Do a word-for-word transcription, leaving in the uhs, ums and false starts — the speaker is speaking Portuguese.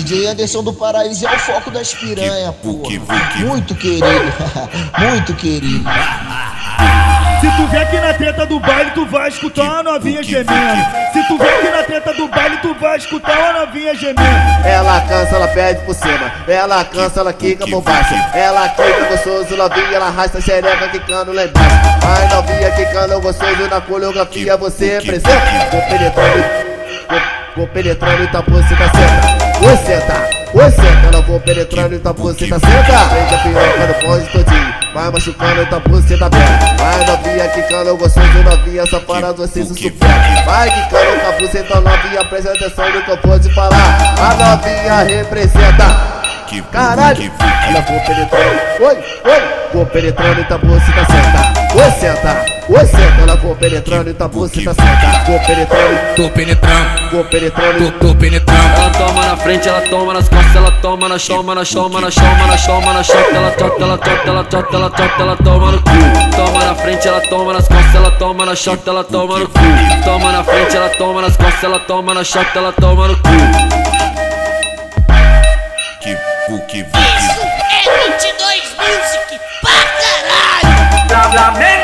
J Anderson do Paraíso é o foco das piranha, porra. Muito querido, muito querido. Se tu vier aqui na treta do baile, tu vai escutar uma novinha gemendo. Se tu vier aqui na treta do baile, tu vai escutar uma novinha gemendo. Ela cansa, ela pede por cima. Ela cansa, ela quica por baixo. Ela quica gostoso, novinha, ela arrasta a xereca quicando lá embaixo. Ai, novinha quicando gostoso na coreografia, você presente. Vou penetrando, vou, vou penetrando e tá você tá senta. Oi, senta, oi, senta. Ela vou penetrando e tá você tá senta. Prende a piroca no pão de todinho. Vai machucando e tá você tá bem. Vai novinha quicando gostoso, novinha safada, você se supera. Vai quicando com a buceta novinha, presta atenção no que eu vou te falar. A novinha representa. Caralho, ela vou penetrando, oi, oi, vou penetrando e tá você tá senta. Oi, senta, oi, senta, ela vou penetrando e tá você tá senta. Vou penetrando, tô penetrando, vou penetrando, tô, tô penetrando. Ela toma na frente, ela toma nas costas, ela toma na choma, na choma, na choma, na choma, na chota, ela tota, ela tota, ela tota, ela tota, ela toma no cu. Toma na frente, ela toma nas costas, ela toma na chota, ela toma no cu. Toma na frente, ela toma nas costas, ela toma na chota, ela toma no cu. Isso é vinte e dois Music pra caralho!